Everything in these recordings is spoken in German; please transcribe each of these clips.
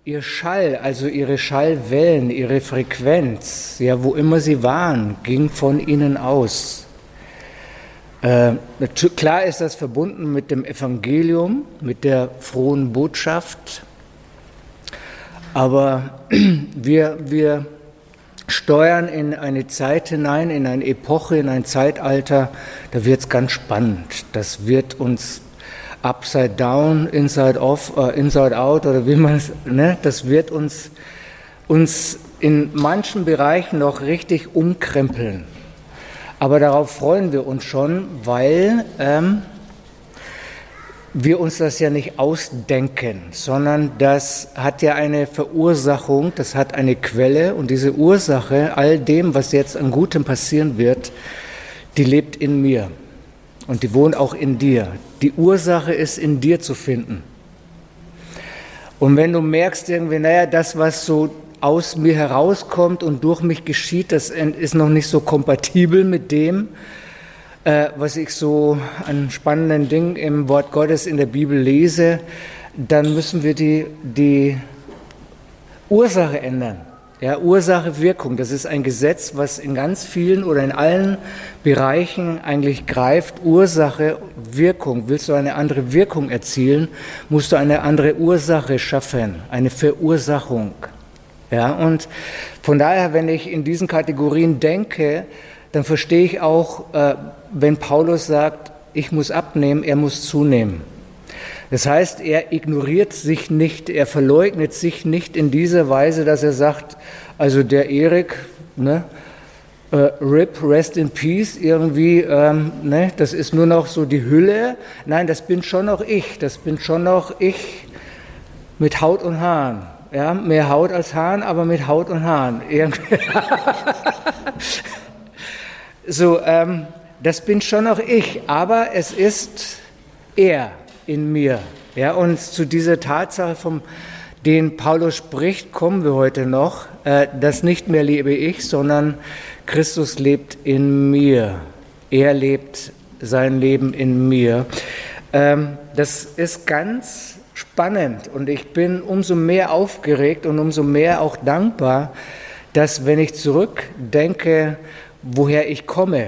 ihr Schall, also ihre Schallwellen, ihre Frequenz, ja, wo immer sie waren, ging von ihnen aus. Klar ist das verbunden mit dem Evangelium, mit der frohen Botschaft, aber wir steuern in eine Zeit hinein, in eine Epoche, in ein Zeitalter, da wird es ganz spannend. Das wird uns upside down, inside off, inside out oder wie man es, ne, das wird uns in manchen Bereichen noch richtig umkrempeln. Aber darauf freuen wir uns schon, weil wir uns das ja nicht ausdenken, sondern das hat ja eine Verursachung, das hat eine Quelle und diese Ursache, all dem, was jetzt an Gutem passieren wird, die lebt in mir und die wohnt auch in dir. Die Ursache ist in dir zu finden. Und wenn du merkst irgendwie, naja, das, was so aus mir herauskommt und durch mich geschieht, das ist noch nicht so kompatibel mit dem, was ich so an spannenden Dingen im Wort Gottes in der Bibel lese, dann müssen wir die Ursache ändern. Ja, Ursache, Wirkung, das ist ein Gesetz, was in ganz vielen oder in allen Bereichen eigentlich greift. Ursache, Wirkung. Willst du eine andere Wirkung erzielen, musst du eine andere Ursache schaffen, eine Verursachung. Ja, und von daher, wenn ich in diesen Kategorien denke, dann verstehe ich auch, wenn Paulus sagt, ich muss abnehmen, er muss zunehmen. Das heißt, er ignoriert sich nicht, er verleugnet sich nicht in dieser Weise, dass er sagt, also der Erik, ne, RIP, Rest in Peace, irgendwie, ne, das ist nur noch so die Hülle. Nein, das bin schon noch ich, das bin schon noch ich mit Haut und Haaren. Ja, mehr Haut als Haaren, aber mit Haut und Haaren. So, das bin schon noch ich, aber es ist er in mir. Ja, und zu dieser Tatsache, von den Paulus spricht, kommen wir heute noch, dass nicht mehr lebe ich, sondern Christus lebt in mir. Er lebt sein Leben in mir. Das ist ganz spannend und ich bin umso mehr aufgeregt und umso mehr auch dankbar, dass, wenn ich zurückdenke, woher ich komme,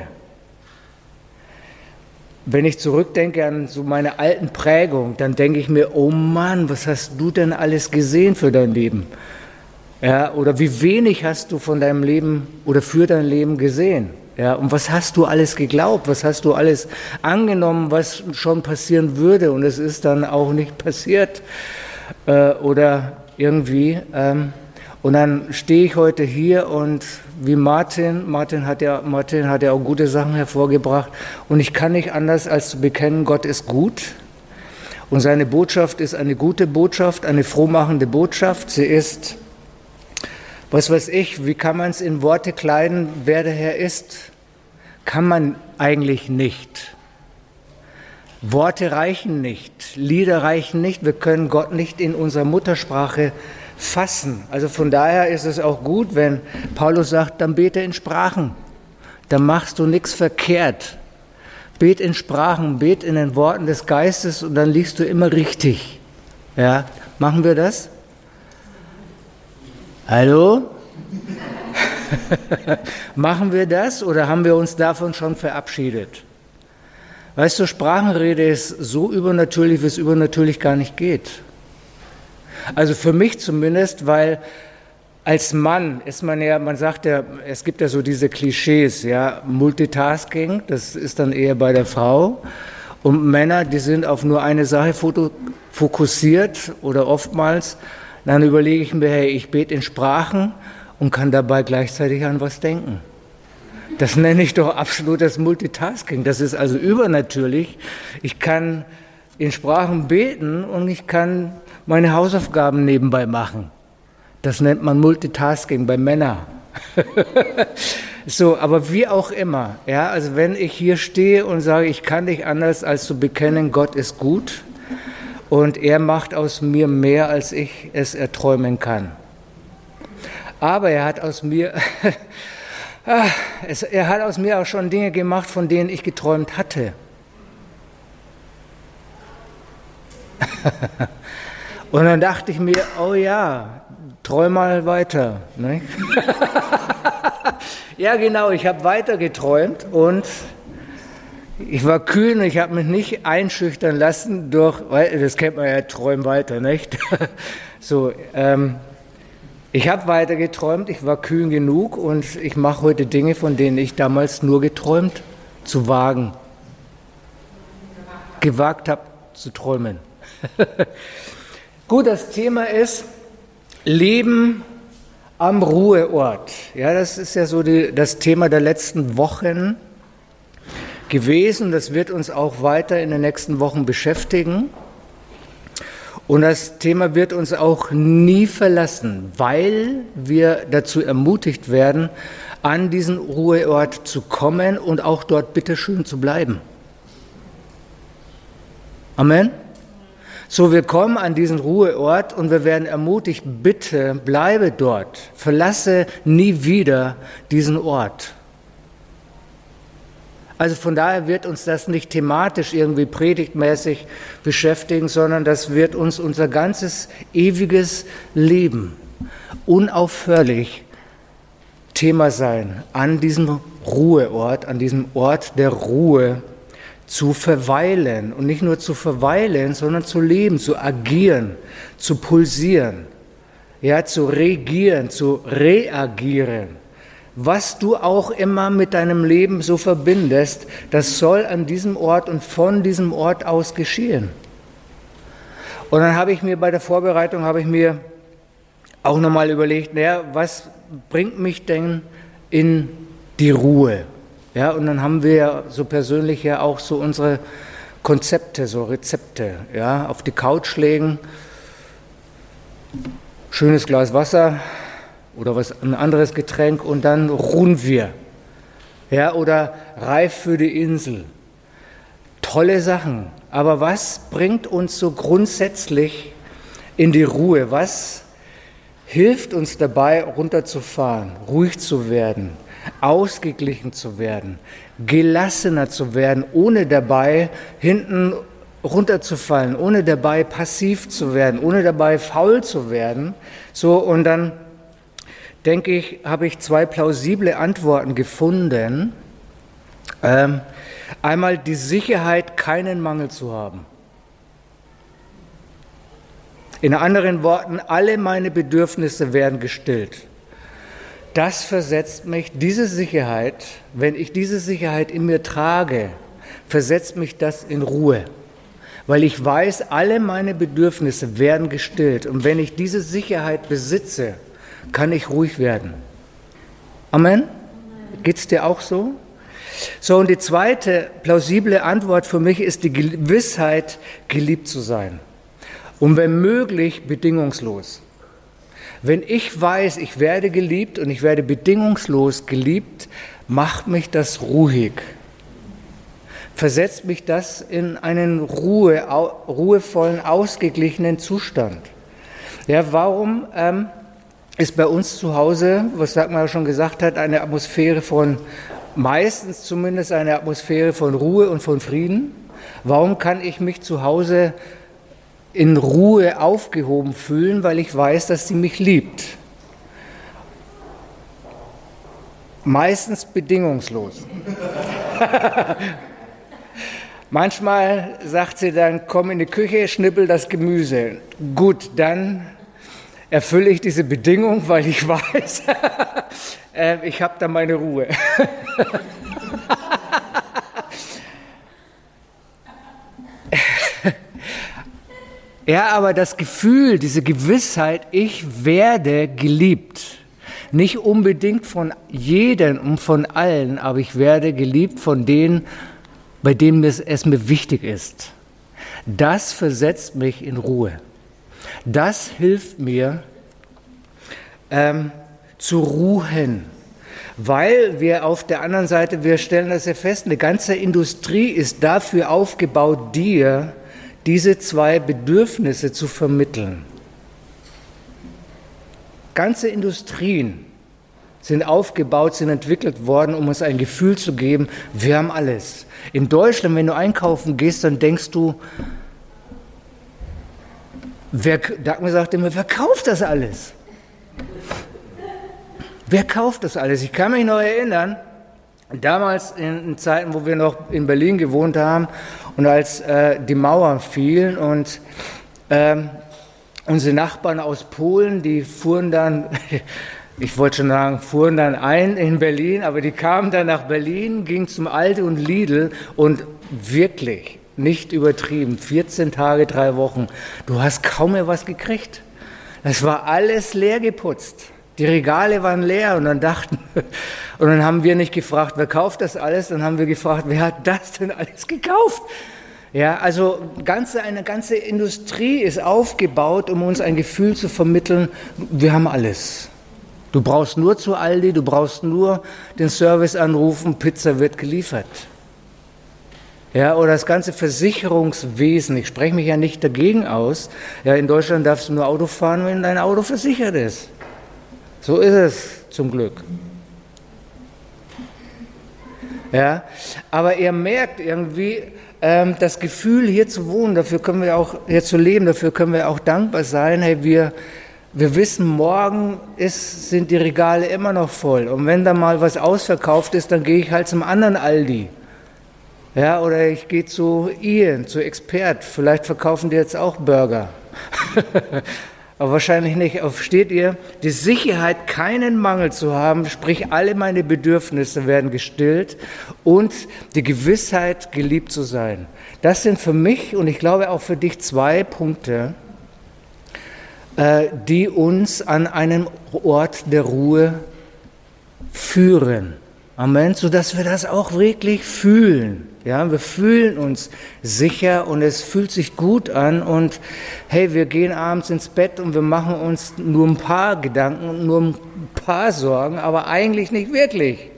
wenn ich zurückdenke an so meine alten Prägung, dann denke ich mir, oh Mann, was hast du denn alles gesehen für dein Leben? Ja, oder wie wenig hast du von deinem Leben oder für dein Leben gesehen? Ja, und was hast du alles geglaubt? Was hast du alles angenommen, was schon passieren würde? Und es ist dann auch nicht passiert oder irgendwie. Und dann stehe ich heute hier und wie Martin hat ja auch gute Sachen hervorgebracht. Und ich kann nicht anders als zu bekennen, Gott ist gut. Und seine Botschaft ist eine gute Botschaft, eine frohmachende Botschaft. Sie ist, was weiß ich, wie kann man es in Worte kleiden, wer der Herr ist? Kann man eigentlich nicht. Worte reichen nicht, Lieder reichen nicht, wir können Gott nicht in unserer Muttersprache fassen. Also von daher ist es auch gut, wenn Paulus sagt, dann bete in Sprachen, dann machst du nichts verkehrt. Bet in Sprachen, bet in den Worten des Geistes und dann liegst du immer richtig. Ja, machen wir das? Hallo? Machen wir das oder haben wir uns davon schon verabschiedet? Weißt du, Sprachenrede ist so übernatürlich, wie es übernatürlich gar nicht geht. Also für mich zumindest, weil als Mann ist man ja, man sagt ja, es gibt ja so diese Klischees, ja, Multitasking, das ist dann eher bei der Frau. Und Männer, die sind auf nur eine Sache fokussiert oder oftmals. Dann überlege ich mir, hey, ich bete in Sprachen und kann dabei gleichzeitig an was denken. Das nenne ich doch absolutes Multitasking. Das ist also übernatürlich. Ich kann in Sprachen beten und ich kann meine Hausaufgaben nebenbei machen. Das nennt man Multitasking bei Männern. So, aber wie auch immer, ja, also wenn ich hier stehe und sage, ich kann nicht anders als zu bekennen, Gott ist gut und er macht aus mir mehr, als ich es erträumen kann. Aber er hat aus mir auch schon Dinge gemacht, von denen ich geträumt hatte. Und dann dachte ich mir, oh ja, träum mal weiter. Ne? Ja, genau, ich habe weiter geträumt und ich war kühn und ich habe mich nicht einschüchtern lassen durch, weil das kennt man ja, träum weiter, nicht? So, ich habe weiter geträumt, ich war kühn genug und ich mache heute Dinge, von denen ich damals nur geträumt zu wagen, gewagt habe zu träumen. Gut, das Thema ist Leben am Ruheort. Ja, das ist ja so das Thema der letzten Wochen gewesen. Das wird uns auch weiter in den nächsten Wochen beschäftigen. Und das Thema wird uns auch nie verlassen, weil wir dazu ermutigt werden, an diesen Ruheort zu kommen und auch dort bitteschön zu bleiben. Amen. So, wir kommen an diesen Ruheort und wir werden ermutigt, bitte bleibe dort, verlasse nie wieder diesen Ort. Also von daher wird uns das nicht thematisch irgendwie predigtmäßig beschäftigen, sondern das wird uns unser ganzes ewiges Leben unaufhörlich Thema sein, an diesem Ruheort, an diesem Ort der Ruhe zu verweilen. Und nicht nur zu verweilen, sondern zu leben, zu agieren, zu pulsieren, ja, zu regieren, zu reagieren. Was du auch immer mit deinem Leben so verbindest, das soll an diesem Ort und von diesem Ort aus geschehen. Und dann habe ich mir bei der Vorbereitung auch nochmal überlegt, naja, was bringt mich denn in die Ruhe? Ja, und dann haben wir so persönlich ja auch so unsere Konzepte, so Rezepte, ja, auf die Couch legen, schönes Glas Wasser oder ein anderes Getränk und dann ruhen wir. Ja, oder reif für die Insel. Tolle Sachen. Aber was bringt uns so grundsätzlich in die Ruhe? Was hilft uns dabei, runterzufahren, ruhig zu werden, ausgeglichen zu werden, gelassener zu werden, ohne dabei hinten runterzufallen, ohne dabei passiv zu werden, ohne dabei faul zu werden? So, und dann denke ich, habe ich zwei plausible Antworten gefunden. Einmal die Sicherheit, keinen Mangel zu haben. In anderen Worten, alle meine Bedürfnisse werden gestillt. Das versetzt mich, diese Sicherheit, wenn ich diese Sicherheit in mir trage, versetzt mich das in Ruhe. Weil ich weiß, alle meine Bedürfnisse werden gestillt. Und wenn ich diese Sicherheit besitze, kann ich ruhig werden. Amen? Geht's dir auch so? So, und die zweite plausible Antwort für mich ist die Gewissheit, geliebt zu sein. Und wenn möglich, bedingungslos. Wenn ich weiß, ich werde geliebt und ich werde bedingungslos geliebt, macht mich das ruhig. Versetzt mich das in einen ruhevollen, ausgeglichenen Zustand. Ja, warum ist bei uns zu Hause, was Dagmar schon gesagt hat, eine Atmosphäre von, meistens zumindest eine Atmosphäre von Ruhe und von Frieden? Warum kann ich mich zu Hause in Ruhe aufgehoben fühlen? Weil ich weiß, dass sie mich liebt. Meistens bedingungslos. Manchmal sagt sie dann, komm in die Küche, schnippel das Gemüse. Gut, dann erfülle ich diese Bedingung, weil ich weiß, ich habe da meine Ruhe. Ja, aber das Gefühl, diese Gewissheit, ich werde geliebt, nicht unbedingt von jedem und von allen, aber ich werde geliebt von denen, bei denen es mir wichtig ist. Das versetzt mich in Ruhe. Das hilft mir, zu ruhen, weil wir auf der anderen Seite, wir stellen das ja fest, eine ganze Industrie ist dafür aufgebaut, dir diese zwei Bedürfnisse zu vermitteln. Ganze Industrien sind aufgebaut, sind entwickelt worden, um uns ein Gefühl zu geben, wir haben alles. In Deutschland, wenn du einkaufen gehst, dann denkst du, Dagmar sagt immer, wer kauft das alles? Wer kauft das alles? Ich kann mich noch erinnern, damals in Zeiten, wo wir noch in Berlin gewohnt haben und als die Mauern fielen und unsere Nachbarn aus Polen, die fuhren dann, ich wollte schon sagen, fuhren dann ein in Berlin, aber die kamen dann nach Berlin, gingen zum Aldi und Lidl und wirklich, nicht übertrieben, 14 Tage, 3 Wochen, du hast kaum mehr was gekriegt. Das war alles leer geputzt. Die Regale waren leer und dann haben wir nicht gefragt, wer kauft das alles, dann haben wir gefragt, wer hat das denn alles gekauft? Ja, also eine ganze Industrie ist aufgebaut, um uns ein Gefühl zu vermitteln, wir haben alles. Du brauchst nur zu Aldi, du brauchst nur den Service anrufen, Pizza wird geliefert. Ja, oder das ganze Versicherungswesen, ich spreche mich ja nicht dagegen aus, ja, in Deutschland darfst du nur Auto fahren, wenn dein Auto versichert ist. So ist es zum Glück. Ja, aber ihr merkt irgendwie, das Gefühl, hier zu wohnen, dafür können wir auch, hier zu leben, dafür können wir auch dankbar sein. Hey, wir wissen, morgen sind die Regale immer noch voll. Und wenn da mal was ausverkauft ist, dann gehe ich halt zum anderen Aldi. Ja, oder ich gehe zu Ian, zu Expert. Vielleicht verkaufen die jetzt auch Burger. Aber wahrscheinlich nicht. Versteht ihr? Die Sicherheit, keinen Mangel zu haben, sprich alle meine Bedürfnisse werden gestillt und die Gewissheit, geliebt zu sein. Das sind für mich und ich glaube auch für dich 2 Punkte, die uns an einen Ort der Ruhe führen. Amen, sodass wir das auch wirklich fühlen. Ja, wir fühlen uns sicher und es fühlt sich gut an und hey, wir gehen abends ins Bett und wir machen uns nur ein paar Gedanken und nur ein paar Sorgen, aber eigentlich nicht wirklich.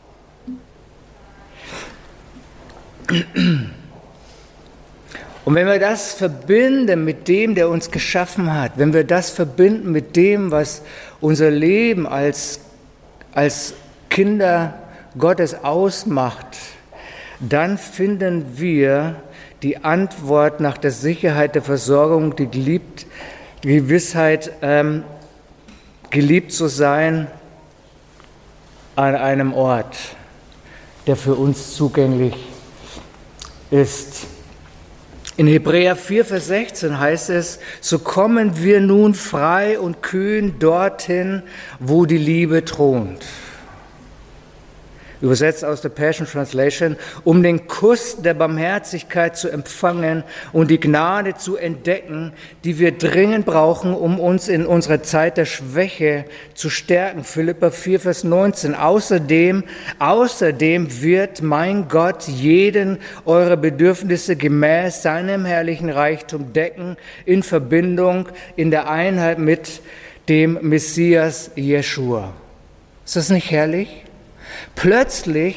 Und wenn wir das verbinden mit dem, der uns geschaffen hat, wenn wir das verbinden mit dem, was unser Leben als Kinder Gottes ausmacht, dann finden wir die Antwort nach der Sicherheit der Versorgung, die Gewissheit, geliebt zu sein an einem Ort, der für uns zugänglich ist. In Hebräer 4, Vers 16 heißt es, so kommen wir nun frei und kühn dorthin, wo die Liebe thront. Übersetzt aus der Passion Translation, um den Kuss der Barmherzigkeit zu empfangen und die Gnade zu entdecken, die wir dringend brauchen, um uns in unserer Zeit der Schwäche zu stärken. Philipper 4, Vers 19. Außerdem wird mein Gott jeden eurer Bedürfnisse gemäß seinem herrlichen Reichtum decken, in Verbindung, in der Einheit mit dem Messias Jeschua. Ist das nicht herrlich? Plötzlich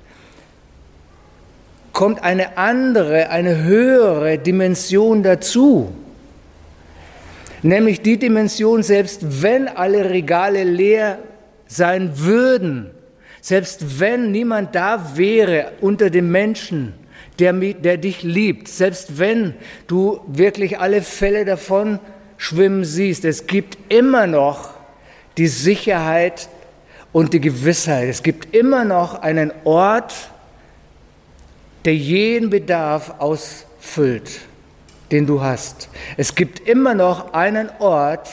kommt eine andere, eine höhere Dimension dazu. Nämlich die Dimension, selbst wenn alle Regale leer sein würden, selbst wenn niemand da wäre unter den Menschen, der dich liebt, selbst wenn du wirklich alle Fälle davon schwimmen siehst, es gibt immer noch die Sicherheit und die Gewissheit. Es gibt immer noch einen Ort, der jeden Bedarf ausfüllt, den du hast. Es gibt immer noch einen Ort,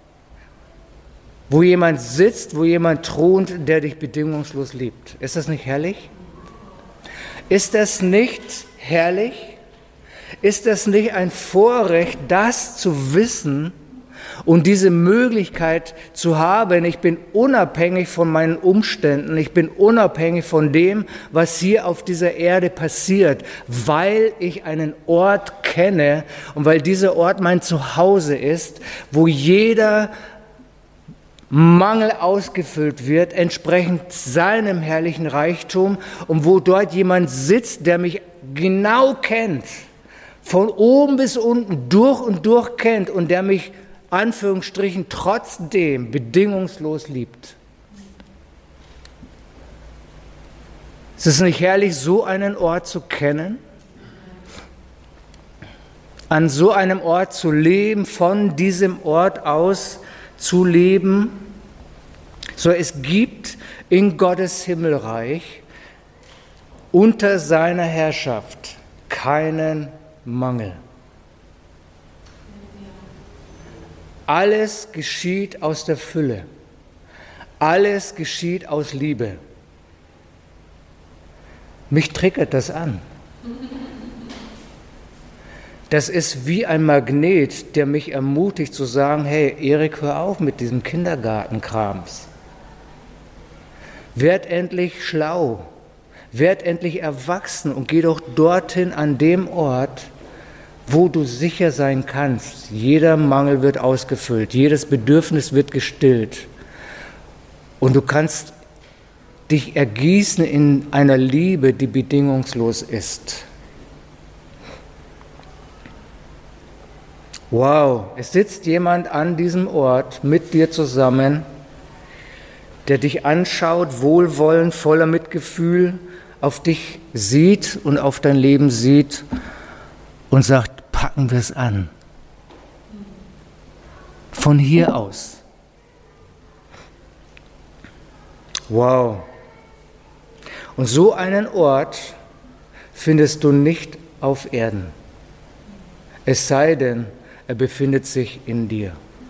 wo jemand sitzt, wo jemand thront, der dich bedingungslos liebt. Ist das nicht herrlich? Ist das nicht herrlich? Ist das nicht ein Vorrecht, das zu wissen und diese Möglichkeit zu haben? Ich bin unabhängig von meinen Umständen, ich bin unabhängig von dem, was hier auf dieser Erde passiert, weil ich einen Ort kenne und weil dieser Ort mein Zuhause ist, wo jeder Mangel ausgefüllt wird, entsprechend seinem herrlichen Reichtum und wo dort jemand sitzt, der mich genau kennt, von oben bis unten durch und durch kennt und der mich Anführungsstrichen trotzdem bedingungslos liebt. Ist es nicht herrlich, so einen Ort zu kennen? an so einem Ort zu leben, von diesem Ort aus zu leben. So, es gibt in Gottes Himmelreich unter seiner Herrschaft keinen Mangel. Alles geschieht aus der Fülle. Alles geschieht aus Liebe. Mich triggert das an. Das ist wie ein Magnet, der mich ermutigt zu sagen, hey, Erik, hör auf mit diesem Kindergartenkrams. Werd endlich schlau, werd endlich erwachsen und geh doch dorthin an dem Ort, wo du sicher sein kannst. Jeder Mangel wird ausgefüllt, jedes Bedürfnis wird gestillt. Und du kannst dich ergießen in einer Liebe, die bedingungslos ist. Wow, es sitzt jemand an diesem Ort mit dir zusammen, der dich anschaut, wohlwollend, voller Mitgefühl, auf dich sieht und auf dein Leben sieht und sagt, packen wir es an. Von hier aus. Wow. Und so einen Ort findest du nicht auf Erden. Es sei denn, er befindet sich in dir.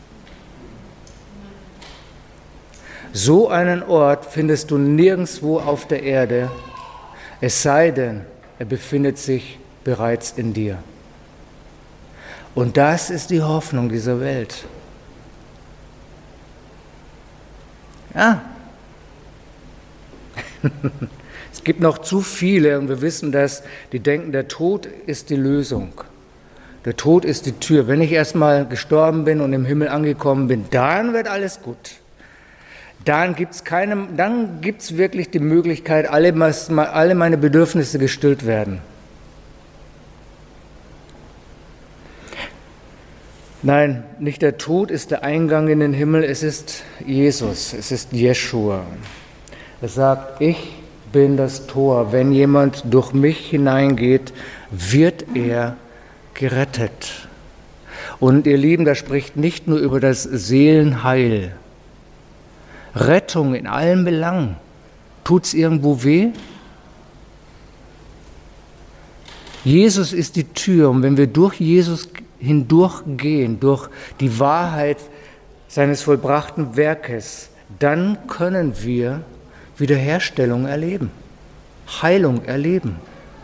So einen Ort findest du nirgendwo auf der Erde, es sei denn, er befindet sich bereits in dir. Und das ist die Hoffnung dieser Welt. Ja. Es gibt noch zu viele, und wir wissen das, die denken, der Tod ist die Lösung. Der Tod ist die Tür. Wenn ich erstmal gestorben bin und im Himmel angekommen bin, dann wird alles gut. Dann gibt's wirklich die Möglichkeit, alle meine Bedürfnisse gestillt werden. Nein, nicht der Tod ist der Eingang in den Himmel, es ist Jesus, es ist Jeschua. Er sagt, ich bin das Tor. Wenn jemand durch mich hineingeht, wird er gerettet. Und ihr Lieben, das spricht nicht nur über das Seelenheil. Rettung in allen Belangen. Tut's irgendwo weh? Jesus ist die Tür, und wenn wir durch Jesus hindurchgehen, durch die Wahrheit seines vollbrachten Werkes, dann können wir Wiederherstellung erleben, Heilung erleben.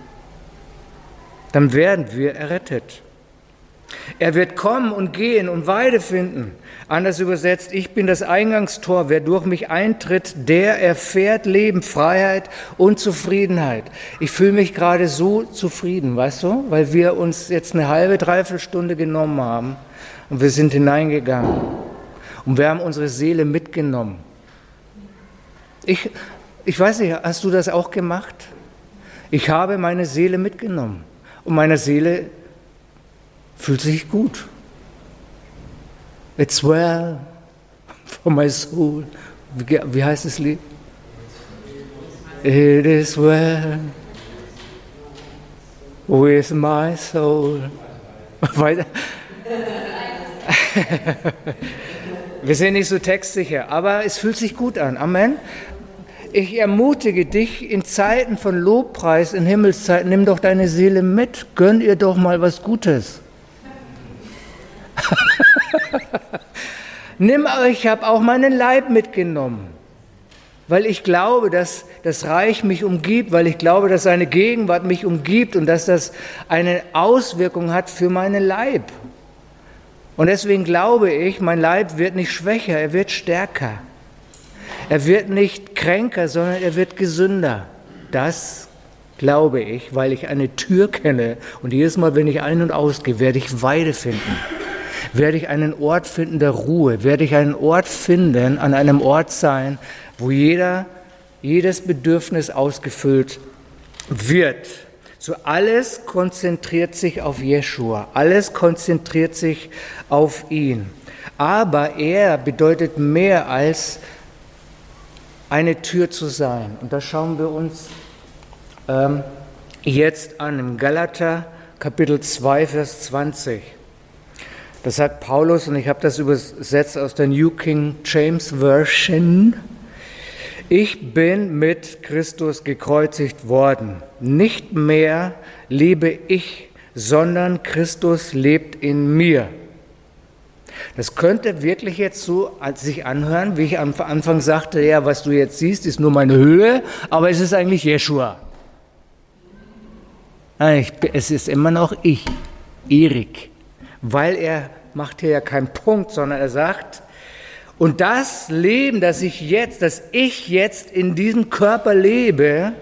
Dann werden wir errettet. Er wird kommen und gehen und Weide finden. Anders übersetzt, ich bin das Eingangstor. Wer durch mich eintritt, der erfährt Leben, Freiheit und Zufriedenheit. Ich fühle mich gerade so zufrieden, weißt du, weil wir uns jetzt eine halbe, dreiviertel Stunde genommen haben und wir sind hineingegangen und wir haben unsere Seele mitgenommen. Ich weiß nicht, hast du das auch gemacht? Ich habe meine Seele mitgenommen und meine Seele fühlt sich gut. It's well for my soul. Wie heißt das Lied? It is well with my soul. Weiter. Wir sind nicht so textsicher, aber es fühlt sich gut an. Amen. Ich ermutige dich in Zeiten von Lobpreis, in Himmelszeiten, nimm doch deine Seele mit, gönn ihr doch mal was Gutes. Ich habe auch meinen Leib mitgenommen, weil ich glaube, dass das Reich mich umgibt, weil ich glaube, dass seine Gegenwart mich umgibt und dass das eine Auswirkung hat für meinen Leib. Und deswegen glaube ich, mein Leib wird nicht schwächer, er wird stärker. Er wird nicht kränker, sondern er wird gesünder. Das glaube ich, weil ich eine Tür kenne. Und jedes Mal, wenn ich ein- und ausgehe, werde ich Weide finden. Werde ich einen Ort finden der Ruhe. Werde ich einen Ort finden, an einem Ort sein, wo jedes Bedürfnis ausgefüllt wird. So alles konzentriert sich auf Jeschua. Alles konzentriert sich auf ihn. Aber er bedeutet mehr als eine Tür zu sein. Und das schauen wir uns jetzt an. Im Galater Kapitel 2, Vers 20. Das sagt Paulus, und ich habe das übersetzt aus der New King James Version. Ich bin mit Christus gekreuzigt worden. Nicht mehr lebe ich, sondern Christus lebt in mir. Das könnte wirklich jetzt so sich anhören, wie ich am Anfang sagte, ja, was du jetzt siehst, ist nur meine Höhe, aber es ist eigentlich Jeschua. Nein, es ist immer noch ich, Erik, weil er macht hier ja keinen Punkt, sondern er sagt, und das Leben, das ich jetzt in diesem Körper lebe,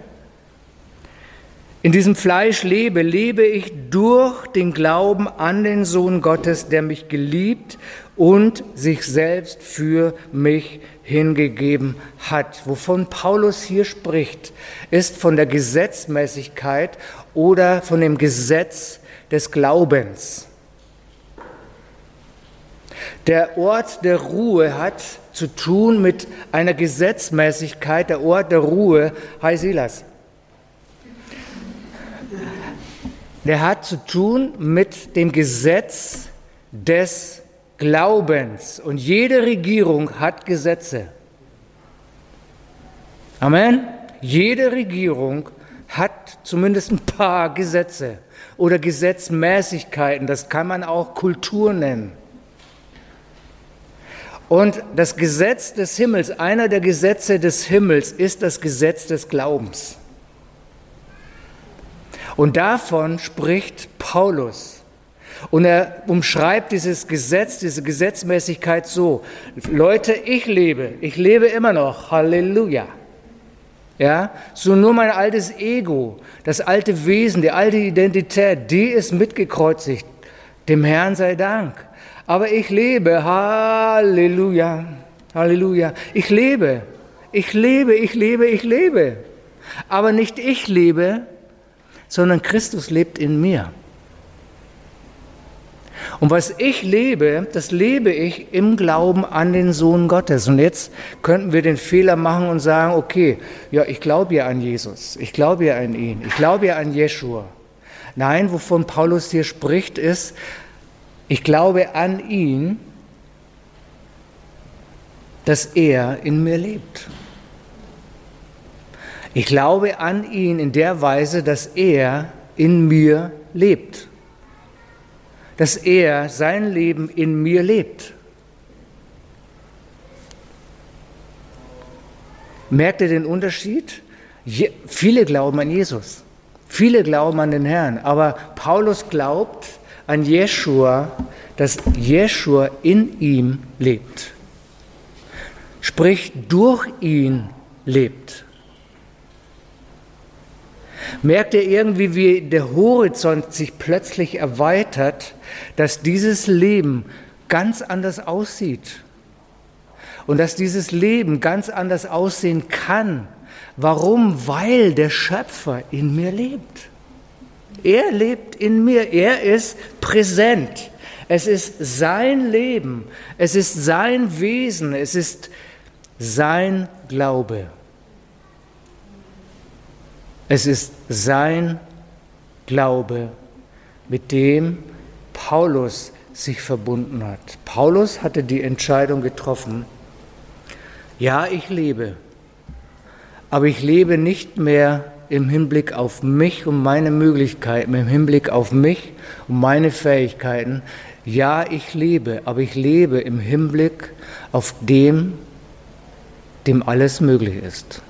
in diesem Fleisch lebe ich durch den Glauben an den Sohn Gottes, der mich geliebt und sich selbst für mich hingegeben hat. Wovon Paulus hier spricht, ist von der Gesetzmäßigkeit oder von dem Gesetz des Glaubens. Der Ort der Ruhe hat zu tun mit einer Gesetzmäßigkeit. Der Ort der Ruhe, hi Silas, der hat zu tun mit dem Gesetz des Glaubens. Und jede Regierung hat Gesetze. Amen. Jede Regierung hat zumindest ein paar Gesetze oder Gesetzmäßigkeiten. Das kann man auch Kultur nennen. Und das Gesetz des Himmels, einer der Gesetze des Himmels, ist das Gesetz des Glaubens. Und davon spricht Paulus. Und er umschreibt dieses Gesetz, diese Gesetzmäßigkeit so: Leute, ich lebe immer noch, Halleluja. Ja, so nur mein altes Ego, das alte Wesen, die alte Identität, die ist mitgekreuzigt. Dem Herrn sei Dank. Aber ich lebe, Halleluja, Halleluja. Ich lebe. Aber nicht ich lebe, sondern Christus lebt in mir. Und was ich lebe, das lebe ich im Glauben an den Sohn Gottes. Und jetzt könnten wir den Fehler machen und sagen, okay, ja, ich glaube ja an Jesus, ich glaube ja an ihn, ich glaube ja an Jeschua. Nein, wovon Paulus hier spricht, ist, ich glaube an ihn, dass er in mir lebt. Ich glaube an ihn in der Weise, dass er in mir lebt. Dass er sein Leben in mir lebt. Merkt ihr den Unterschied? Viele glauben an Jesus. Viele glauben an den Herrn. Aber Paulus glaubt an Jeschua, dass Jeschua in ihm lebt. Sprich, durch ihn lebt. Merkt ihr irgendwie, wie der Horizont sich plötzlich erweitert, dass dieses Leben ganz anders aussieht und dass dieses Leben ganz anders aussehen kann. Warum? Weil der Schöpfer in mir lebt. Er lebt in mir, er ist präsent. Es ist sein Leben, es ist sein Wesen, es ist sein Glaube. Es ist sein Glaube, mit dem Paulus sich verbunden hat. Paulus hatte die Entscheidung getroffen, ja, ich lebe, aber ich lebe nicht mehr im Hinblick auf mich und meine Möglichkeiten, im Hinblick auf mich und meine Fähigkeiten. Ja, ich lebe, aber ich lebe im Hinblick auf dem alles möglich ist.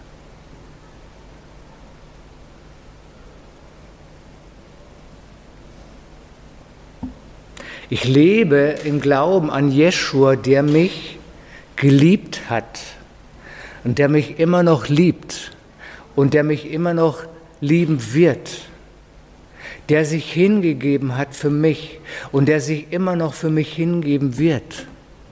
Ich lebe im Glauben an Jeschua, der mich geliebt hat und der mich immer noch liebt und der mich immer noch lieben wird, der sich hingegeben hat für mich und der sich immer noch für mich hingeben wird.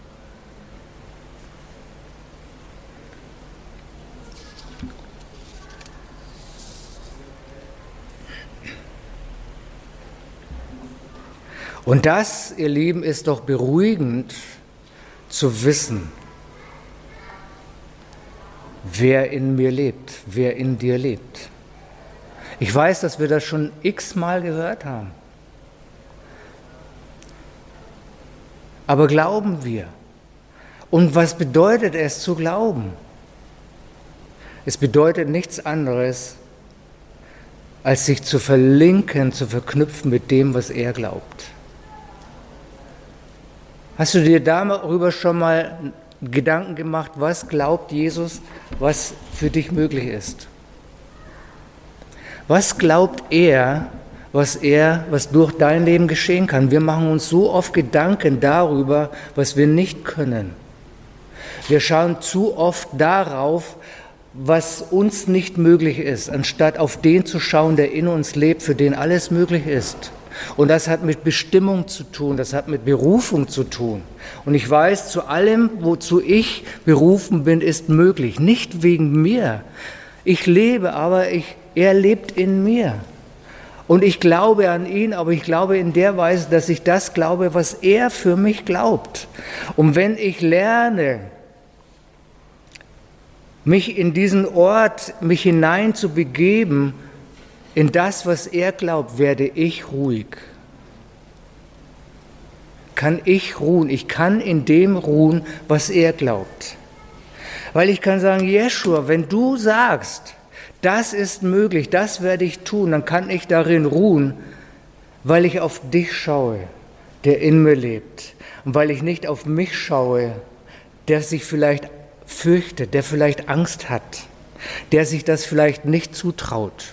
Und das, ihr Lieben, ist doch beruhigend zu wissen, wer in mir lebt, wer in dir lebt. Ich weiß, dass wir das schon x-mal gehört haben. Aber glauben wir? Und was bedeutet es zu glauben? Es bedeutet nichts anderes, als sich zu verlinken, zu verknüpfen mit dem, was er glaubt. Hast du dir darüber schon mal Gedanken gemacht, was glaubt Jesus, was für dich möglich ist? Was glaubt er, was durch dein Leben geschehen kann? Wir machen uns so oft Gedanken darüber, was wir nicht können. Wir schauen zu oft darauf, was uns nicht möglich ist, anstatt auf den zu schauen, der in uns lebt, für den alles möglich ist. Und das hat mit Bestimmung zu tun, das hat mit Berufung zu tun. Und ich weiß, zu allem, wozu ich berufen bin, ist möglich. Nicht wegen mir. Ich lebe, aber er lebt in mir. Und ich glaube an ihn, aber ich glaube in der Weise, dass ich das glaube, was er für mich glaubt. Und wenn ich lerne, mich in diesen Ort, mich hinein zu begeben, in das, was er glaubt, werde ich ruhig. Kann ich ruhen? Ich kann in dem ruhen, was er glaubt. Weil ich kann sagen, Jeschua, wenn du sagst, das ist möglich, das werde ich tun, dann kann ich darin ruhen, weil ich auf dich schaue, der in mir lebt. Und weil ich nicht auf mich schaue, der sich vielleicht fürchtet, der vielleicht Angst hat, der sich das vielleicht nicht zutraut.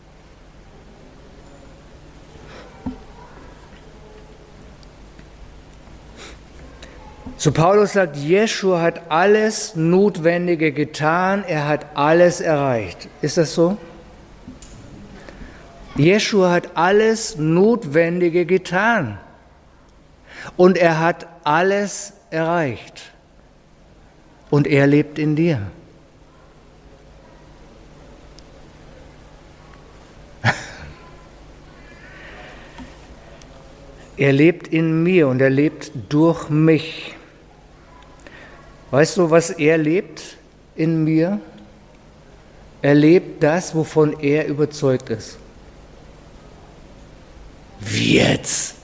So Paulus sagt, Jeschua hat alles Notwendige getan, er hat alles erreicht. Ist das so? Jeschua hat alles Notwendige getan und er hat alles erreicht. Und er lebt in dir. Er lebt in mir und er lebt durch mich. Weißt du, was er lebt in mir? Er lebt das, wovon er überzeugt ist. Wie jetzt?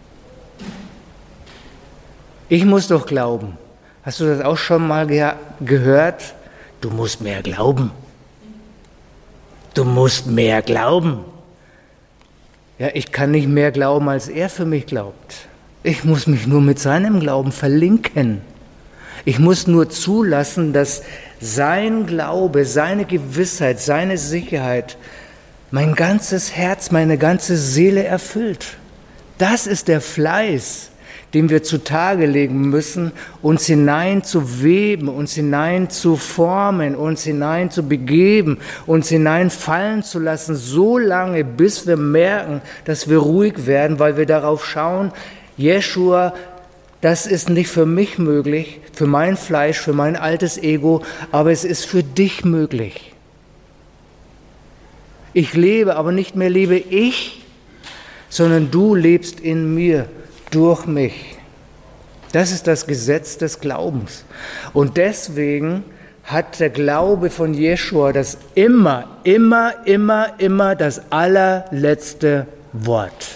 Ich muss doch glauben. Hast du das auch schon mal gehört? Du musst mehr glauben. Du musst mehr glauben. Ja, ich kann nicht mehr glauben, als er für mich glaubt. Ich muss mich nur mit seinem Glauben verlinken. Ich muss nur zulassen, dass sein Glaube, seine Gewissheit, seine Sicherheit mein ganzes Herz, meine ganze Seele erfüllt. Das ist der Fleiß, den wir zutage legen müssen, uns hinein zu weben, uns hinein zu formen, uns hinein zu begeben, uns hineinfallen zu lassen, so lange, bis wir merken, dass wir ruhig werden, weil wir darauf schauen, Jeschua, das ist nicht für mich möglich, für mein Fleisch, für mein altes Ego, aber es ist für dich möglich. Ich lebe, aber nicht mehr lebe ich, sondern du lebst in mir, durch mich. Das ist das Gesetz des Glaubens. Und deswegen hat der Glaube von Jeschua das immer das allerletzte Wort.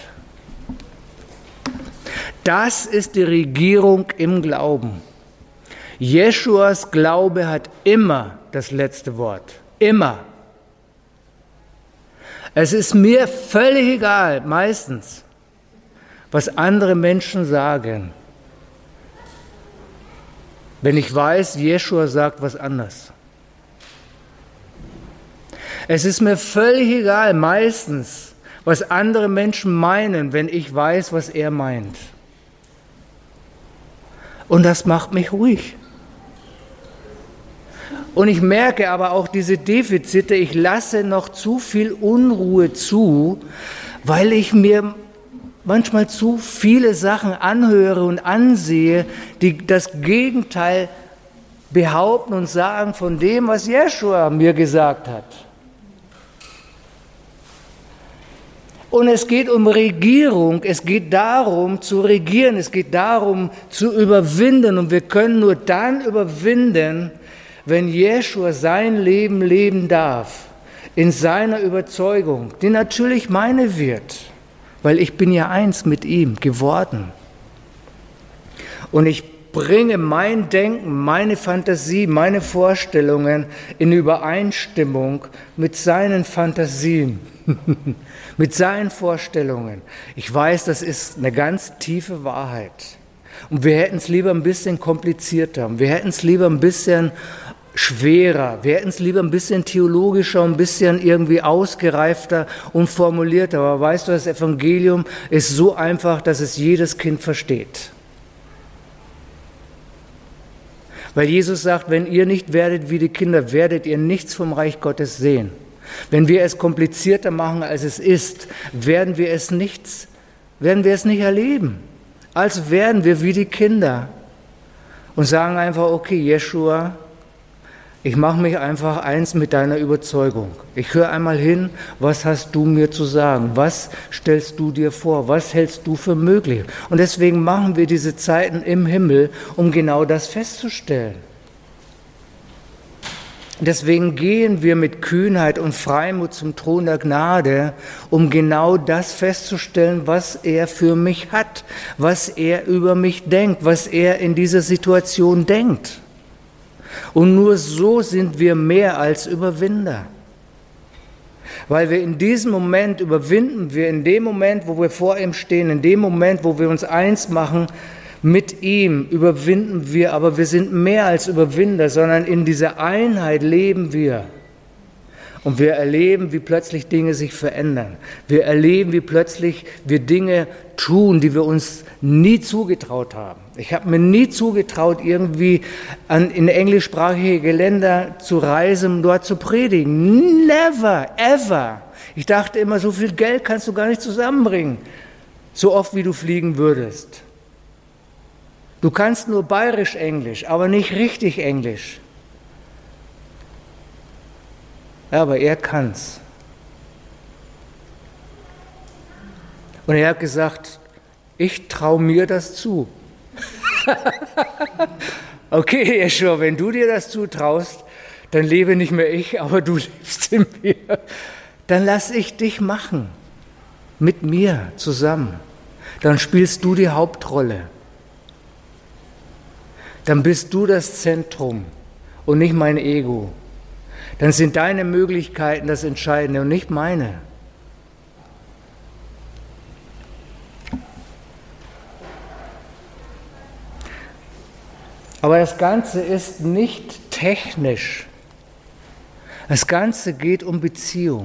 Das ist die Regierung im Glauben. Jeschuas Glaube hat immer das letzte Wort. Immer. Es ist mir völlig egal, meistens, was andere Menschen sagen, wenn ich weiß, Jeschua sagt was anderes. Es ist mir völlig egal, meistens, was andere Menschen meinen, wenn ich weiß, was er meint. Und das macht mich ruhig. Und ich merke aber auch diese Defizite, ich lasse noch zu viel Unruhe zu, weil ich mir manchmal zu viele Sachen anhöre und ansehe, die das Gegenteil behaupten und sagen von dem, was Jeschua mir gesagt hat. Und es geht um Regierung, es geht darum zu regieren, es geht darum zu überwinden. Und wir können nur dann überwinden, wenn Jeschua sein Leben leben darf, in seiner Überzeugung, die natürlich meine wird. Weil ich bin ja eins mit ihm geworden. Und ich bringe mein Denken, meine Fantasie, meine Vorstellungen in Übereinstimmung mit seinen Fantasien, mit seinen Vorstellungen. Ich weiß, das ist eine ganz tiefe Wahrheit. Und wir hätten es lieber ein bisschen komplizierter, wir hätten es lieber ein bisschen schwerer, wir hätten es lieber ein bisschen theologischer, ein bisschen irgendwie ausgereifter und formulierter. Aber weißt du, das Evangelium ist so einfach, dass es jedes Kind versteht. Weil Jesus sagt, wenn ihr nicht werdet wie die Kinder, werdet ihr nichts vom Reich Gottes sehen. Wenn wir es komplizierter machen, als es ist, werden wir es nicht erleben. Also werden wir wie die Kinder und sagen einfach, okay, Jeschua, ich mache mich einfach eins mit deiner Überzeugung. Ich höre einmal hin, was hast du mir zu sagen? Was stellst du dir vor? Was hältst du für möglich? Und deswegen machen wir diese Zeiten im Himmel, um genau das festzustellen. Deswegen gehen wir mit Kühnheit und Freimut zum Thron der Gnade, um genau das festzustellen, was er für mich hat, was er über mich denkt, was er in dieser Situation denkt. Und nur so sind wir mehr als Überwinder. Weil wir in diesem Moment überwinden wir, in dem Moment, wo wir vor ihm stehen, in dem Moment, wo wir uns eins machen mit ihm, überwinden wir, aber wir sind mehr als Überwinder, sondern in dieser Einheit leben wir. Und wir erleben, wie plötzlich Dinge sich verändern. Wir erleben, wie plötzlich wir Dinge tun, die wir uns nie zugetraut haben. Ich habe mir nie zugetraut, irgendwie in englischsprachige Länder zu reisen, um dort zu predigen. Never, ever. Ich dachte immer, so viel Geld kannst du gar nicht zusammenbringen, so oft wie du fliegen würdest. Du kannst nur bayerisch Englisch, aber nicht richtig Englisch. Ja, aber er kann's. Und er hat gesagt, ich traue mir das zu. Okay, Jeschua, wenn du dir das zutraust, dann lebe nicht mehr ich, aber du lebst in mir. Dann lass ich dich machen, mit mir zusammen. Dann spielst du die Hauptrolle. Dann bist du das Zentrum und nicht mein Ego. Dann sind deine Möglichkeiten das Entscheidende und nicht meine. Aber das Ganze ist nicht technisch. Das Ganze geht um Beziehung.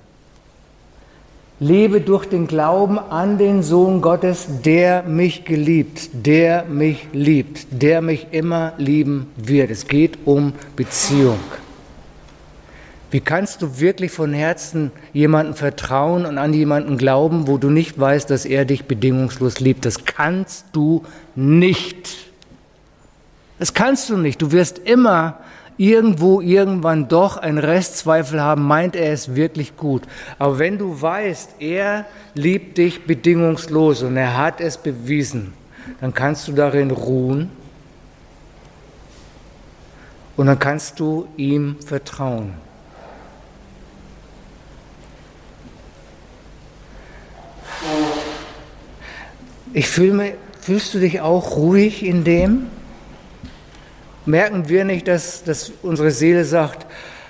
Lebe durch den Glauben an den Sohn Gottes, der mich geliebt, der mich liebt, der mich immer lieben wird. Es geht um Beziehung. Wie kannst du wirklich von Herzen jemandem vertrauen und an jemanden glauben, wo du nicht weißt, dass er dich bedingungslos liebt? Das kannst du nicht. Das kannst du nicht. Du wirst immer irgendwann doch einen Restzweifel haben, meint er es wirklich gut. Aber wenn du weißt, er liebt dich bedingungslos und er hat es bewiesen, dann kannst du darin ruhen und dann kannst du ihm vertrauen. Fühlst du dich auch ruhig in dem? Merken wir nicht, dass unsere Seele sagt,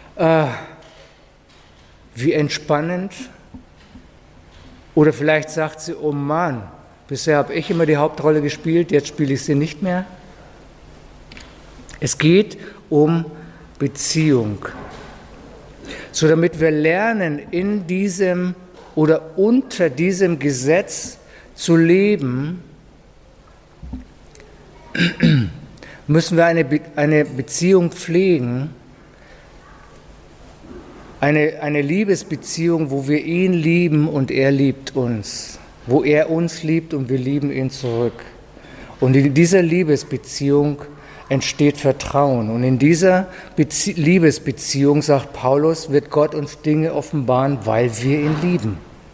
wie entspannend? Oder vielleicht sagt sie, oh Mann, bisher habe ich immer die Hauptrolle gespielt, jetzt spiele ich sie nicht mehr. Es geht um Beziehung. So damit wir lernen, in diesem oder unter diesem Gesetz zu leben, müssen wir eine Beziehung pflegen, eine Liebesbeziehung, wo wir ihn lieben und er liebt uns, wo er uns liebt und wir lieben ihn zurück. Und in dieser Liebesbeziehung entsteht Vertrauen. Und in dieser Liebesbeziehung, sagt Paulus, wird Gott uns Dinge offenbaren, weil wir ihn lieben.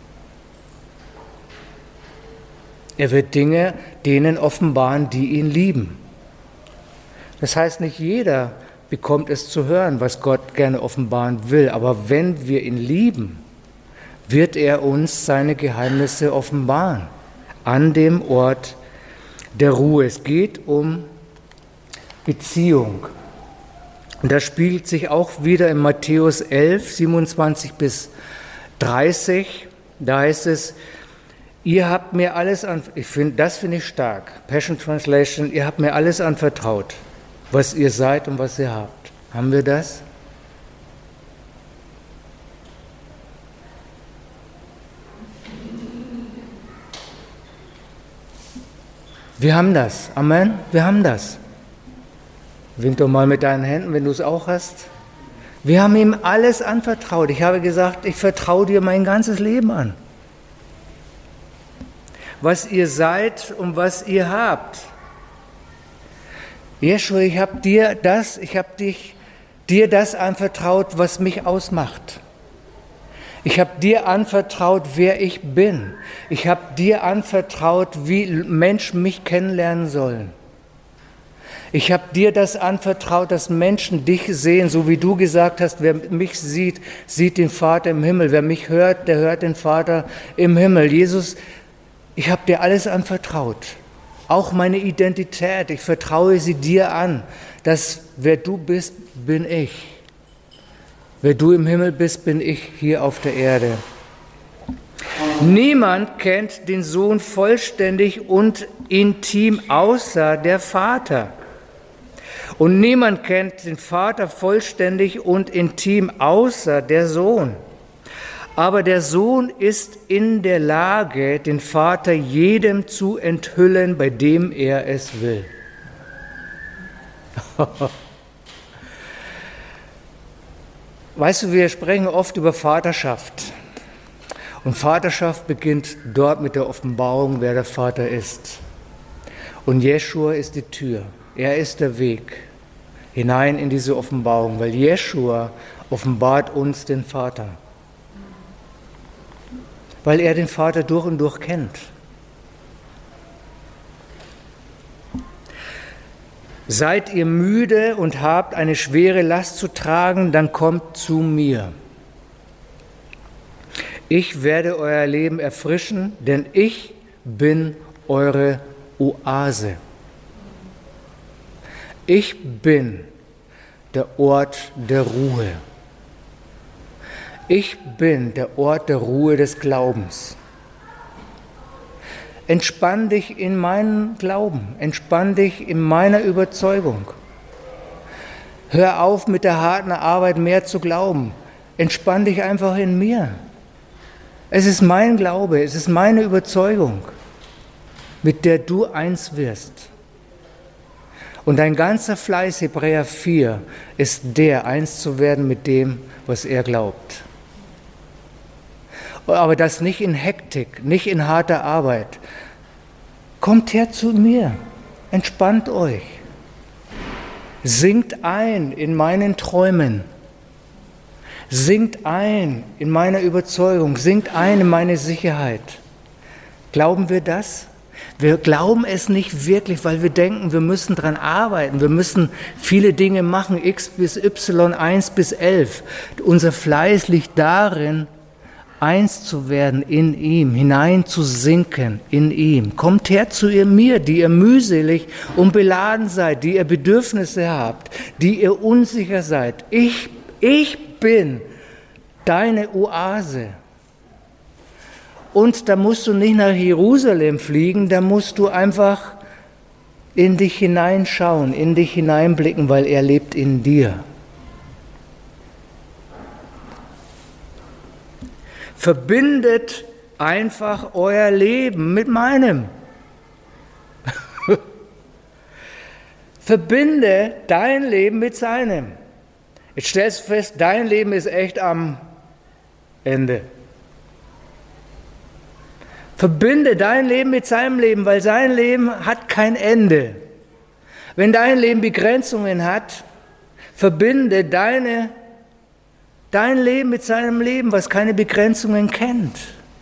Er wird Dinge denen offenbaren, die ihn lieben. Das heißt, nicht jeder bekommt es zu hören, was Gott gerne offenbaren will. Aber wenn wir ihn lieben, wird er uns seine Geheimnisse offenbaren. An dem Ort, der Ruhe. Es geht um Beziehung. Und das spiegelt sich auch wieder in Matthäus 11, 27 bis 30. Da heißt es, ihr habt mir alles das finde ich stark, Passion Translation, ihr habt mir alles anvertraut, was ihr seid und was ihr habt. Haben wir das? Wir haben das. Amen. Wir haben das. Wink doch mal mit deinen Händen, wenn du es auch hast. Wir haben ihm alles anvertraut. Ich habe gesagt, ich vertraue dir mein ganzes Leben an. Was ihr seid und was ihr habt. Jeschua, ich habe dir das anvertraut, was mich ausmacht. Ich habe dir anvertraut, wer ich bin. Ich habe dir anvertraut, wie Menschen mich kennenlernen sollen. Ich habe dir das anvertraut, dass Menschen dich sehen, so wie du gesagt hast, wer mich sieht, sieht den Vater im Himmel. Wer mich hört, der hört den Vater im Himmel. Jesus, ich habe dir alles anvertraut. Auch meine Identität, ich vertraue sie dir an, dass wer du bist, bin ich. Wer du im Himmel bist, bin ich hier auf der Erde. Niemand kennt den Sohn vollständig und intim außer der Vater. Und niemand kennt den Vater vollständig und intim außer der Sohn. Aber der Sohn ist in der Lage, den Vater jedem zu enthüllen, bei dem er es will. Weißt du, wir sprechen oft über Vaterschaft. Und Vaterschaft beginnt dort mit der Offenbarung, wer der Vater ist. Und Jeschua ist die Tür. Er ist der Weg hinein in diese Offenbarung, weil Jeschua offenbart uns den Vater. Weil er den Vater durch und durch kennt. Seid ihr müde und habt eine schwere Last zu tragen, dann kommt zu mir. Ich werde euer Leben erfrischen, denn ich bin eure Oase. Ich bin der Ort der Ruhe. Ich bin der Ort der Ruhe des Glaubens. Entspann dich in meinem Glauben, entspann dich in meiner Überzeugung. Hör auf, mit der harten Arbeit mehr zu glauben. Entspann dich einfach in mir. Es ist mein Glaube, es ist meine Überzeugung, mit der du eins wirst. Und dein ganzer Fleiß, Hebräer 4, ist der, eins zu werden mit dem, was er glaubt. Aber das nicht in Hektik, nicht in harter Arbeit. Kommt her zu mir, entspannt euch. Singt ein in meinen Träumen. Singt ein in meiner Überzeugung. Singt ein in meine Sicherheit. Glauben wir das? Wir glauben es nicht wirklich, weil wir denken, wir müssen daran arbeiten. Wir müssen viele Dinge machen, X bis Y, 1 bis 11. Unser Fleiß liegt darin, eins zu werden in ihm, hineinzusinken in ihm. Kommt her zu mir, die ihr mühselig und beladen seid, die ihr Bedürfnisse habt, die ihr unsicher seid. Ich bin deine Oase. Und da musst du nicht nach Jerusalem fliegen, da musst du einfach in dich hineinschauen, in dich hineinblicken, weil er lebt in dir. Verbindet einfach euer Leben mit meinem. Verbinde dein Leben mit seinem. Jetzt stellst du fest, dein Leben ist echt am Ende. Verbinde dein Leben mit seinem Leben, weil sein Leben hat kein Ende. Wenn dein Leben Begrenzungen hat, verbinde dein Leben mit seinem Leben, was keine Begrenzungen kennt.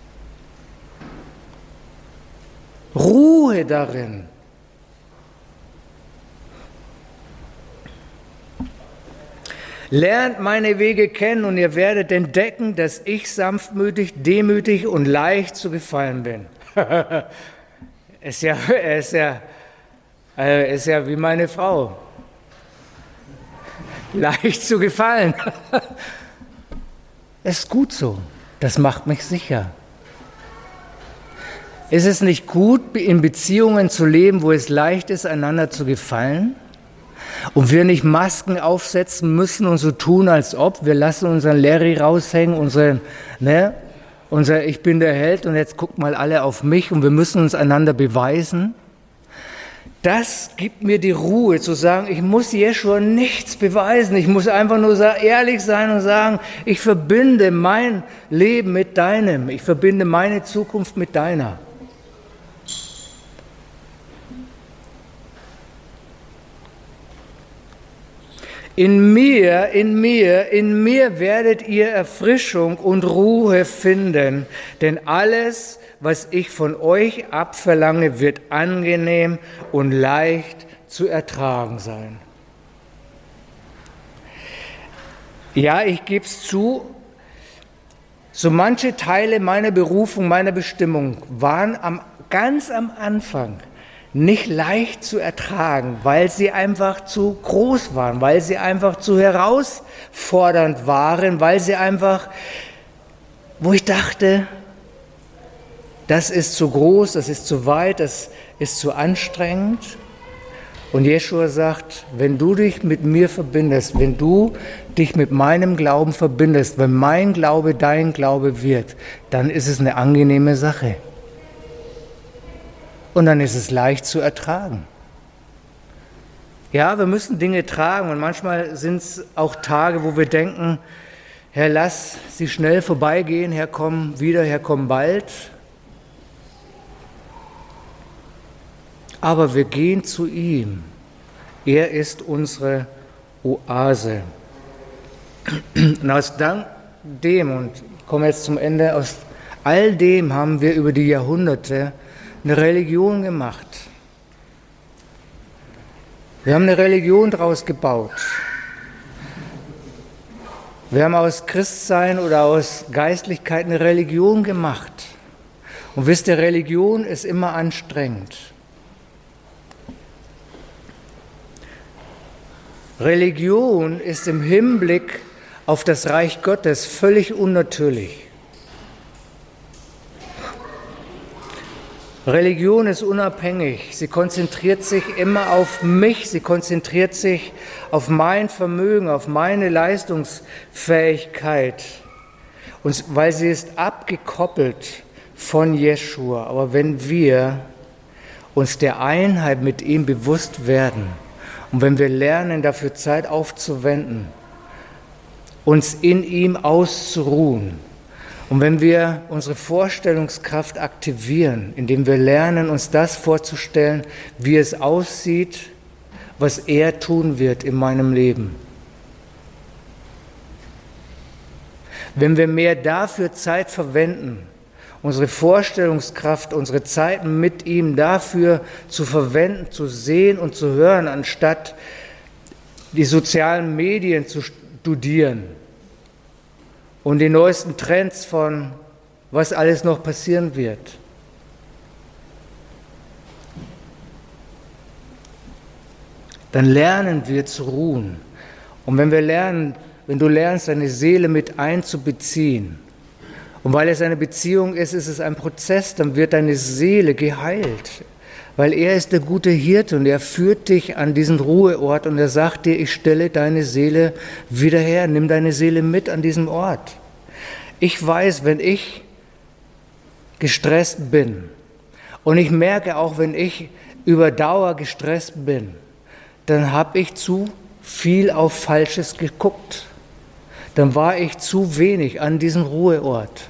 Ruhe darin. Lernt meine Wege kennen und ihr werdet entdecken, dass ich sanftmütig, demütig und leicht zu gefallen bin. Er ist ja Ist ja wie meine Frau. Leicht zu gefallen. Ist gut so. Das macht mich sicher. Ist es nicht gut, in Beziehungen zu leben, wo es leicht ist, einander zu gefallen? Und wir nicht Masken aufsetzen müssen und so tun, als ob. Wir lassen unseren Larry raushängen, unser Ich bin der Held und jetzt guckt mal alle auf mich und wir müssen uns einander beweisen. Das gibt mir die Ruhe zu sagen, ich muss Jeschua nichts beweisen. Ich muss einfach nur ehrlich sein und sagen, ich verbinde mein Leben mit deinem. Ich verbinde meine Zukunft mit deiner. In mir werdet ihr Erfrischung und Ruhe finden, denn alles, was ich von euch abverlange, wird angenehm und leicht zu ertragen sein. Ja, ich gebe es zu, so manche Teile meiner Berufung, meiner Bestimmung waren ganz am Anfang nicht leicht zu ertragen, weil sie einfach zu groß waren, weil sie einfach zu herausfordernd waren, weil sie einfach, wo ich dachte, das ist zu groß, das ist zu weit, das ist zu anstrengend. Und Jeschua sagt, wenn du dich mit mir verbindest, wenn du dich mit meinem Glauben verbindest, wenn mein Glaube dein Glaube wird, dann ist es eine angenehme Sache. Und dann ist es leicht zu ertragen. Ja, wir müssen Dinge tragen und manchmal sind es auch Tage, wo wir denken, Herr, lass sie schnell vorbeigehen, Herr, komm wieder, Herr, komm bald. Aber wir gehen zu ihm. Er ist unsere Oase. Und aus dem, und ich komme jetzt zum Ende, aus all dem haben wir über die Jahrhunderte eine Religion gemacht. Wir haben eine Religion daraus gebaut. Wir haben aus Christsein oder aus Geistlichkeit eine Religion gemacht. Und wisst ihr, Religion ist immer anstrengend. Religion ist im Hinblick auf das Reich Gottes völlig unnatürlich. Religion ist unabhängig, sie konzentriert sich immer auf mich, sie konzentriert sich auf mein Vermögen, auf meine Leistungsfähigkeit, und weil sie ist abgekoppelt von Jeschua. Aber wenn wir uns der Einheit mit ihm bewusst werden und wenn wir lernen, dafür Zeit aufzuwenden, uns in ihm auszuruhen, und wenn wir unsere Vorstellungskraft aktivieren, indem wir lernen, uns das vorzustellen, wie es aussieht, was er tun wird in meinem Leben. Wenn wir mehr dafür Zeit verwenden, unsere Vorstellungskraft, unsere Zeiten mit ihm dafür zu verwenden, zu sehen und zu hören, anstatt die sozialen Medien zu studieren, und die neuesten Trends von was alles noch passieren wird. Dann lernen wir zu ruhen. Und wenn du lernst, deine Seele mit einzubeziehen, und weil es eine Beziehung ist, ist es ein Prozess, dann wird deine Seele geheilt. Weil er ist der gute Hirte und er führt dich an diesen Ruheort und er sagt dir, ich stelle deine Seele wieder her, nimm deine Seele mit an diesem Ort. Ich weiß, wenn ich gestresst bin und ich merke auch, wenn ich über Dauer gestresst bin, dann habe ich zu viel auf Falsches geguckt. Dann war ich zu wenig an diesem Ruheort.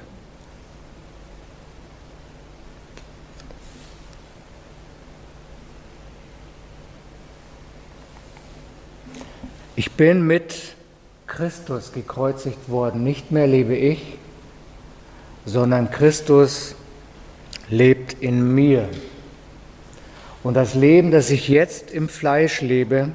Ich bin mit Christus gekreuzigt worden. Nicht mehr lebe ich, sondern Christus lebt in mir. Und das Leben, das ich jetzt im Fleisch lebe,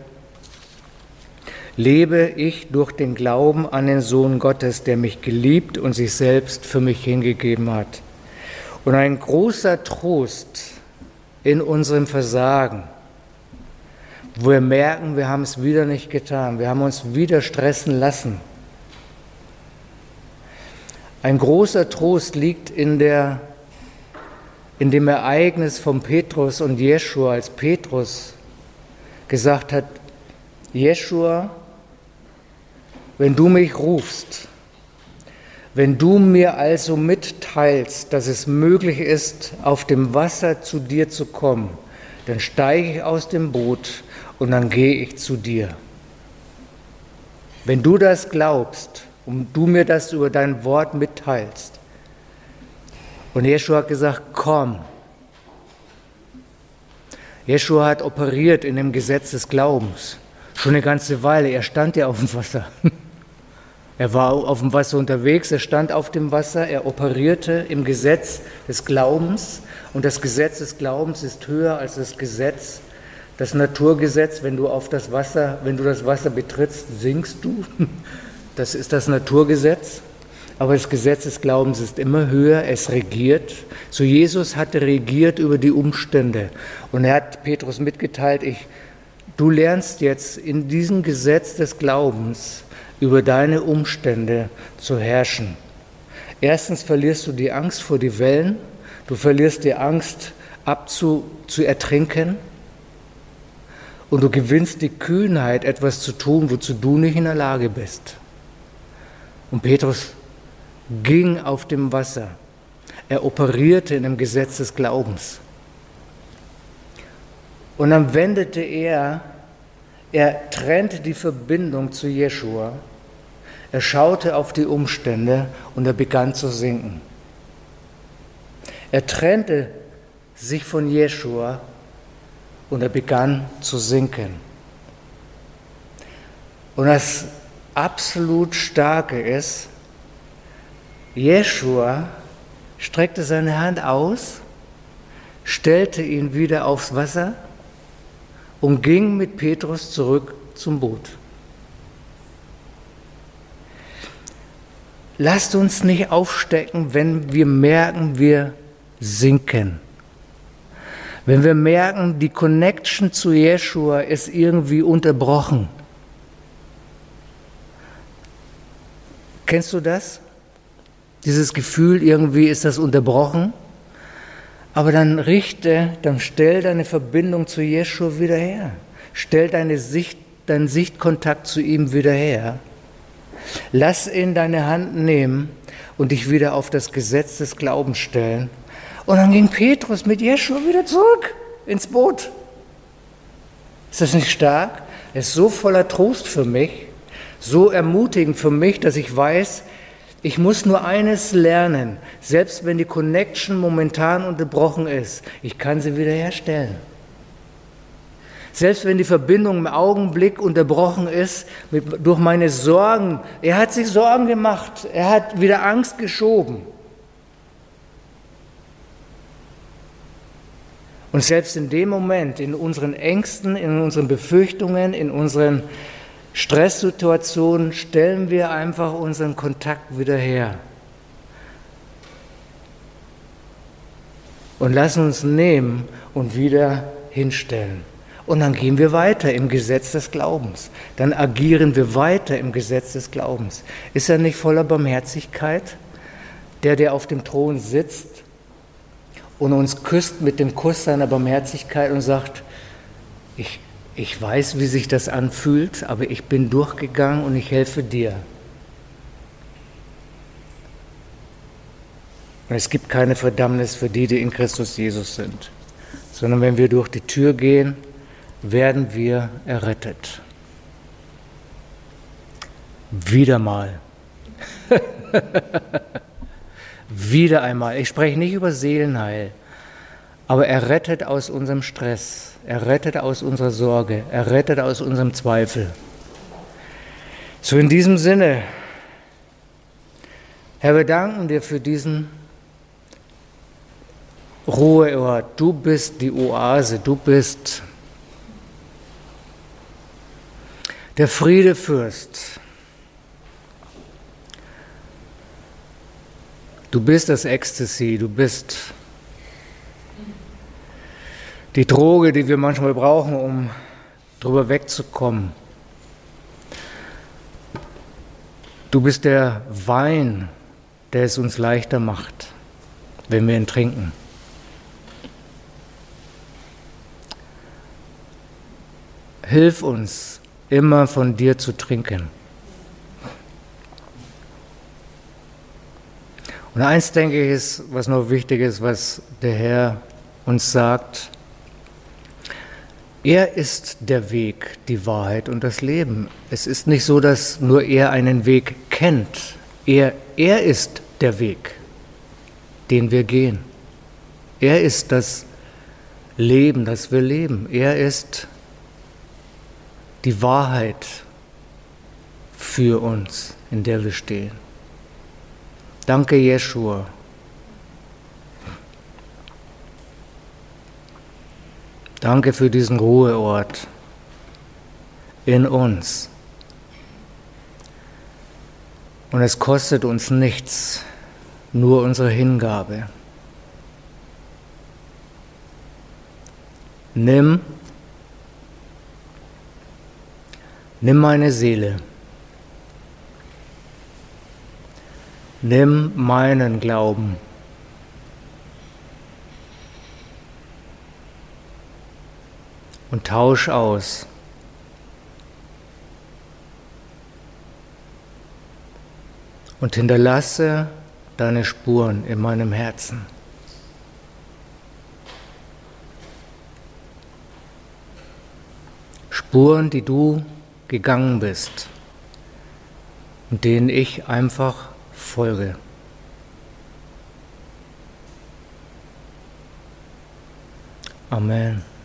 lebe ich durch den Glauben an den Sohn Gottes, der mich geliebt und sich selbst für mich hingegeben hat. Und ein großer Trost in unserem Versagen wo wir merken, wir haben es wieder nicht getan, wir haben uns wieder stressen lassen. Ein großer Trost liegt in dem Ereignis von Petrus und Jeschua, als Petrus gesagt hat, Jeschua, wenn du mich rufst, wenn du mir also mitteilst, dass es möglich ist, auf dem Wasser zu dir zu kommen, dann steige ich aus dem Boot und dann gehe ich zu dir. Wenn du das glaubst und du mir das über dein Wort mitteilst. Und Jeschua hat gesagt, komm. Jeschua hat operiert in dem Gesetz des Glaubens. Schon eine ganze Weile, er stand ja auf dem Wasser. Er war auf dem Wasser unterwegs, er stand auf dem Wasser, er operierte im Gesetz des Glaubens. Und das Gesetz des Glaubens ist höher als das Naturgesetz. Wenn du das Wasser betrittst, sinkst du. Das ist das Naturgesetz. Aber das Gesetz des Glaubens ist immer höher, es regiert. So Jesus hatte regiert über die Umstände. Und er hat Petrus mitgeteilt, du lernst jetzt in diesem Gesetz des Glaubens über deine Umstände zu herrschen. Erstens verlierst du die Angst vor die Wellen, du verlierst die Angst zu ertrinken und du gewinnst die Kühnheit, etwas zu tun, wozu du nicht in der Lage bist. Und Petrus ging auf dem Wasser. Er operierte in dem Gesetz des Glaubens. Und dann wendete er trennte die Verbindung zu Jeschua. Er schaute auf die Umstände und er begann zu sinken. Er trennte sich von Jeschua und er begann zu sinken. Und das absolut Starke ist, Jeschua streckte seine Hand aus, stellte ihn wieder aufs Wasser und ging mit Petrus zurück zum Boot. Lasst uns nicht aufstecken, wenn wir merken, wir sinken. Wenn wir merken, die Connection zu Jeschua ist irgendwie unterbrochen. Kennst du das? Dieses Gefühl, irgendwie ist das unterbrochen. Aber dann stell deine Verbindung zu Jeschua wieder her. Stell deinen Sichtkontakt zu ihm wieder her. Lass ihn deine Hand nehmen und dich wieder auf das Gesetz des Glaubens stellen. Und dann ging Petrus mit Jeschua wieder zurück ins Boot. Ist das nicht stark? Es ist so voller Trost für mich, so ermutigend für mich, dass ich weiß, ich muss nur eines lernen, selbst wenn die Connection momentan unterbrochen ist, ich kann sie wiederherstellen. Selbst wenn die Verbindung im Augenblick unterbrochen ist durch meine Sorgen, er hat sich Sorgen gemacht, er hat wieder Angst geschoben. Und selbst in dem Moment, in unseren Ängsten, in unseren Befürchtungen, in unseren Stresssituationen, stellen wir einfach unseren Kontakt wieder her. Und lassen uns nehmen und wieder hinstellen. Und dann gehen wir weiter im Gesetz des Glaubens. Dann agieren wir weiter im Gesetz des Glaubens. Ist er nicht voller Barmherzigkeit? Der auf dem Thron sitzt und uns küsst mit dem Kuss seiner Barmherzigkeit und sagt, ich weiß, wie sich das anfühlt, aber ich bin durchgegangen und ich helfe dir. Und es gibt keine Verdammnis für die, die in Christus Jesus sind, sondern wenn wir durch die Tür gehen, werden wir errettet. Wieder mal. Wieder einmal. Ich spreche nicht über Seelenheil, aber errettet aus unserem Stress, errettet aus unserer Sorge, errettet aus unserem Zweifel. So in diesem Sinne, Herr, wir danken dir für diesen Ruheort. Du bist die Oase, du bist der Friedefürst. Du bist das Ecstasy, du bist die Droge, die wir manchmal brauchen, um drüber wegzukommen. Du bist der Wein, der es uns leichter macht, wenn wir ihn trinken. Hilf uns, immer von dir zu trinken. Und eins, denke ich, ist, was noch wichtig ist, was der Herr uns sagt. Er ist der Weg, die Wahrheit und das Leben. Es ist nicht so, dass nur er einen Weg kennt. Er ist der Weg, den wir gehen. Er ist das Leben, das wir leben. Er ist die Wahrheit für uns, in der wir stehen. Danke, Jeschua. Danke für diesen Ruheort in uns. Und es kostet uns nichts, nur unsere Hingabe. Nimm meine Seele. Nimm meinen Glauben. Und tausch aus. Und hinterlasse deine Spuren in meinem Herzen. Spuren, die du gegangen bist und denen ich einfach folge. Amen.